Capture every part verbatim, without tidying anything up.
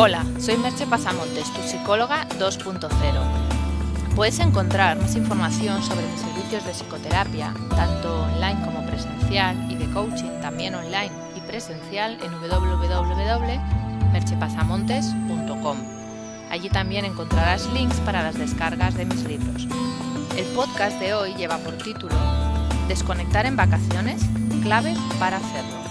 Hola, soy Merche Pasamontes, tu psicóloga dos punto cero. Puedes encontrar más información sobre mis servicios de psicoterapia, tanto online como presencial, y de coaching, también online y presencial, en w w w punto merche pasamontes punto com. Allí también encontrarás links para las descargas de mis libros. El podcast de hoy lleva por título Desconectar en vacaciones, claves para hacerlo.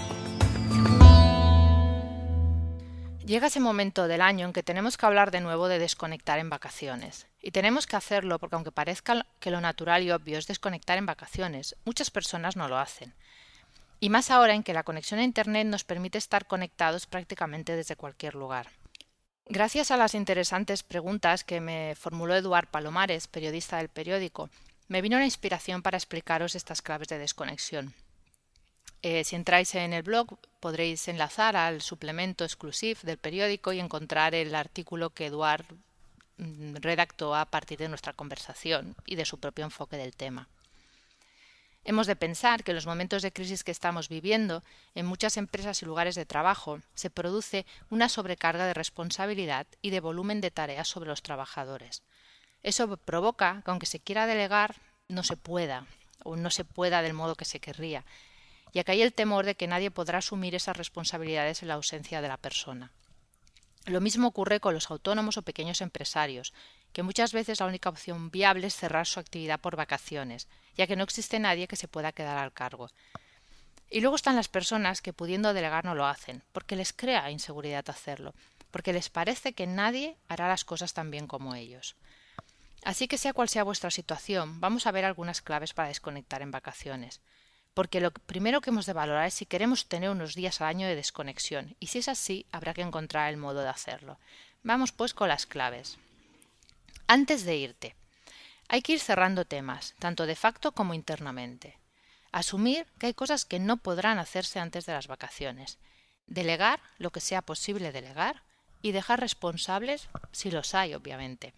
Llega ese momento del año en que tenemos que hablar de nuevo de desconectar en vacaciones. Y tenemos que hacerlo porque aunque parezca que lo natural y obvio es desconectar en vacaciones, muchas personas no lo hacen. Y más ahora en que la conexión a Internet nos permite estar conectados prácticamente desde cualquier lugar. Gracias a las interesantes preguntas que me formuló Eduard Palomares, periodista del periódico, me vino la inspiración para explicaros estas claves de desconexión. Eh, si entráis en el blog podréis enlazar al suplemento exclusivo del periódico y encontrar el artículo que Eduard mm, redactó a partir de nuestra conversación y de su propio enfoque del tema. Hemos de pensar que en los momentos de crisis que estamos viviendo, en muchas empresas y lugares de trabajo, se produce una sobrecarga de responsabilidad y de volumen de tareas sobre los trabajadores. Eso provoca que aunque se quiera delegar, no se pueda, o no se pueda del modo que se querría, ya que hay el temor de que nadie podrá asumir esas responsabilidades en la ausencia de la persona. Lo mismo ocurre con los autónomos o pequeños empresarios, que muchas veces la única opción viable es cerrar su actividad por vacaciones, ya que no existe nadie que se pueda quedar al cargo. Y luego están las personas que pudiendo delegar no lo hacen, porque les crea inseguridad hacerlo, porque les parece que nadie hará las cosas tan bien como ellos. Así que sea cual sea vuestra situación, vamos a ver algunas claves para desconectar en vacaciones. Porque lo primero que hemos de valorar es si queremos tener unos días al año de desconexión, y si es así, habrá que encontrar el modo de hacerlo. Vamos pues con las claves. Antes de irte, hay que ir cerrando temas, tanto de facto como internamente. Asumir que hay cosas que no podrán hacerse antes de las vacaciones. Delegar lo que sea posible delegar y dejar responsables si los hay, obviamente.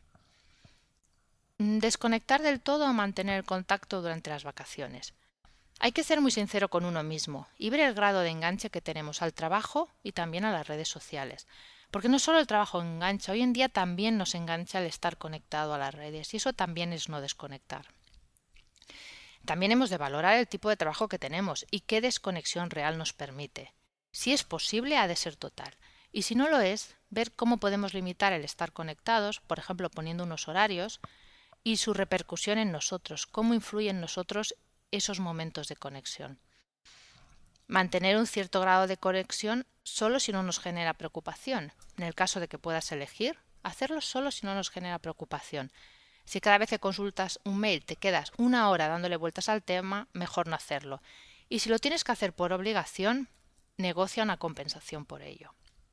Desconectar del todo o mantener el contacto durante las vacaciones. Hay que ser muy sincero con uno mismo y ver el grado de enganche que tenemos al trabajo y también a las redes sociales. Porque no solo el trabajo engancha, hoy en día también nos engancha el estar conectado a las redes y eso también es no desconectar. También hemos de valorar el tipo de trabajo que tenemos y qué desconexión real nos permite. Si es posible, ha de ser total. Y si no lo es, ver cómo podemos limitar el estar conectados, por ejemplo poniendo unos horarios, y su repercusión en nosotros, cómo influye en nosotros esos momentos de conexión. Mantener un cierto grado de conexión solo si no nos genera preocupación. En el caso de que puedas elegir, hacerlo solo si no nos genera preocupación. Si cada vez que consultas un mail te quedas una hora dándole vueltas al tema, mejor no hacerlo. Y si lo tienes que hacer por obligación, negocia una compensación por ello.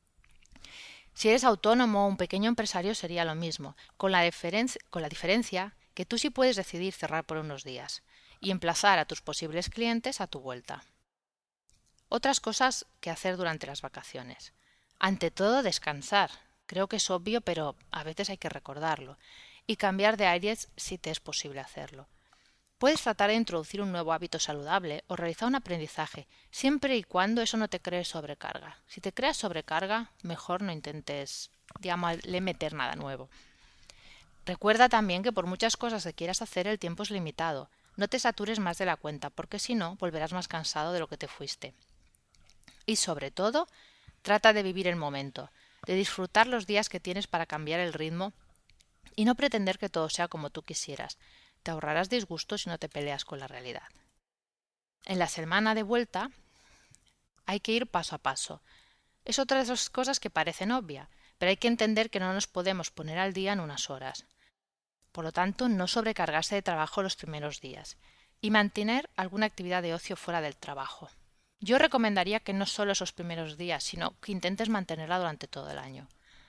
Si eres autónomo o un pequeño empresario sería lo mismo, con la, diferen- con la diferencia que tú sí puedes decidir cerrar por unos días y emplazar a tus posibles clientes a tu vuelta. Otras cosas que hacer durante las vacaciones. Ante todo, descansar. Creo que es obvio, pero a veces hay que recordarlo. Y cambiar de aires si te es posible hacerlo. Puedes tratar de introducir un nuevo hábito saludable o realizar un aprendizaje, siempre y cuando eso no te cree sobrecarga. Si te creas sobrecarga, mejor no intentes, digamos, le meter nada nuevo. Recuerda también que por muchas cosas que quieras hacer, el tiempo es limitado. No te satures más de la cuenta, porque si no, volverás más cansado de lo que te fuiste. Y sobre todo, trata de vivir el momento, de disfrutar los días que tienes para cambiar el ritmo y no pretender que todo sea como tú quisieras. Te ahorrarás disgustos si no te peleas con la realidad. En la semana de vuelta hay que ir paso a paso. Es otra de esas cosas que parecen obvias, pero hay que entender que no nos podemos poner al día en unas horas. Por lo tanto, no sobrecargarse de trabajo los primeros días y mantener alguna actividad de ocio fuera del trabajo. Yo recomendaría que no solo esos primeros días, sino que intentes mantenerla durante todo el año.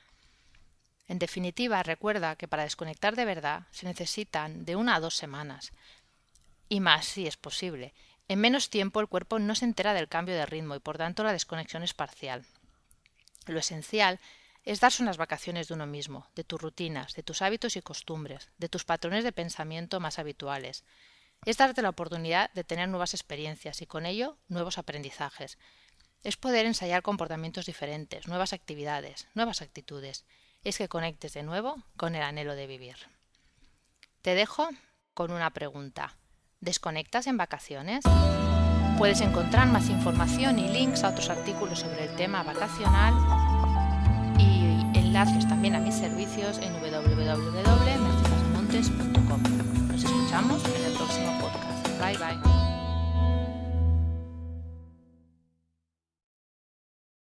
En definitiva, recuerda que para desconectar de verdad se necesitan de una a dos semanas, y más si es posible. En menos tiempo el cuerpo no se entera del cambio de ritmo y por tanto la desconexión es parcial. Lo esencial es darse unas vacaciones de uno mismo, de tus rutinas, de tus hábitos y costumbres, de tus patrones de pensamiento más habituales. Es darte la oportunidad de tener nuevas experiencias y con ello nuevos aprendizajes. es poder ensayar comportamientos diferentes, nuevas actividades, nuevas actitudes. Es que conectes de nuevo con el anhelo de vivir. Te dejo con una pregunta. ¿Desconectas en vacaciones? Puedes encontrar más información y links a otros artículos sobre el tema vacacional y enlaces también a mis servicios en w w w punto mercedes montes punto com. Nos escuchamos en el próximo podcast. Bye bye.